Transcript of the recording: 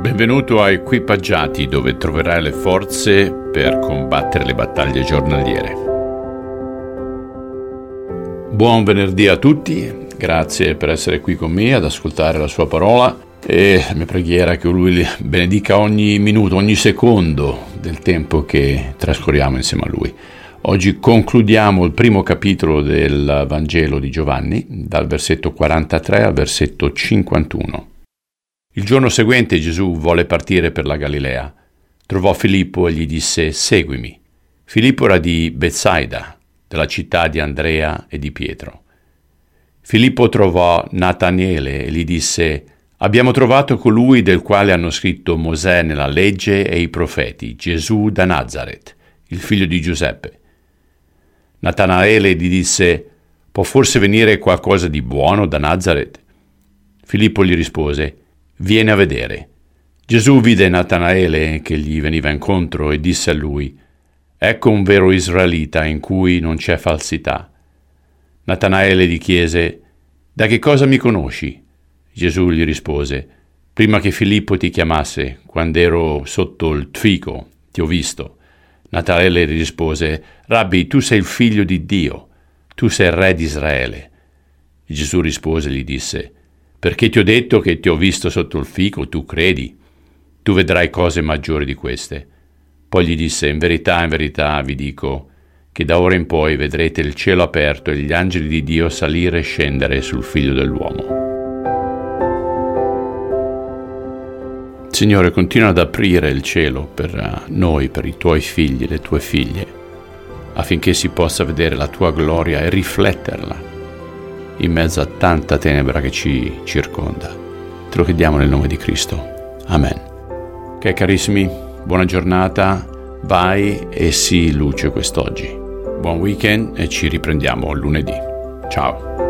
Benvenuto a Equipaggiati, dove troverai le forze per combattere le battaglie giornaliere. Buon venerdì a tutti, grazie per essere qui con me ad ascoltare la sua parola e la mia preghiera è che Lui benedica ogni minuto, ogni secondo del tempo che trascorriamo insieme a Lui. Oggi concludiamo il primo capitolo del Vangelo di Giovanni, dal versetto 43 al versetto 51. Il giorno seguente Gesù volle partire per la Galilea. Trovò Filippo e gli disse: «Seguimi». Filippo era di Betsaida, della città di Andrea e di Pietro. Filippo trovò Nataniele e gli disse: «Abbiamo trovato colui del quale hanno scritto Mosè nella legge e i profeti, Gesù da Nazaret, il figlio di Giuseppe». Natanaele gli disse: «Può forse venire qualcosa di buono da Nazaret?» Filippo gli rispose: «Vieni a vedere». Gesù vide Natanaele che gli veniva incontro e disse a lui: «Ecco un vero israelita in cui non c'è falsità». Natanaele gli chiese: «Da che cosa mi conosci?» Gesù gli rispose: «Prima che Filippo ti chiamasse, quando ero sotto il fico, ti ho visto». Natanaele gli rispose: «Rabbi, tu sei il figlio di Dio, tu sei il re di Israele». E Gesù rispose e gli disse: «Perché ti ho detto che ti ho visto sotto il fico, tu credi? Tu vedrai cose maggiori di queste». Poi gli disse: in verità vi dico che da ora in poi vedrete il cielo aperto e gli angeli di Dio salire e scendere sul Figlio dell'uomo. Signore, continua ad aprire il cielo per noi, per i tuoi figli e le tue figlie, affinché si possa vedere la tua gloria e rifletterla in mezzo a tanta tenebra che ci circonda. Te lo chiediamo nel nome di Cristo. Amen. Ok, carissimi, buona giornata, vai e sii luce quest'oggi. Buon weekend e ci riprendiamo lunedì. Ciao.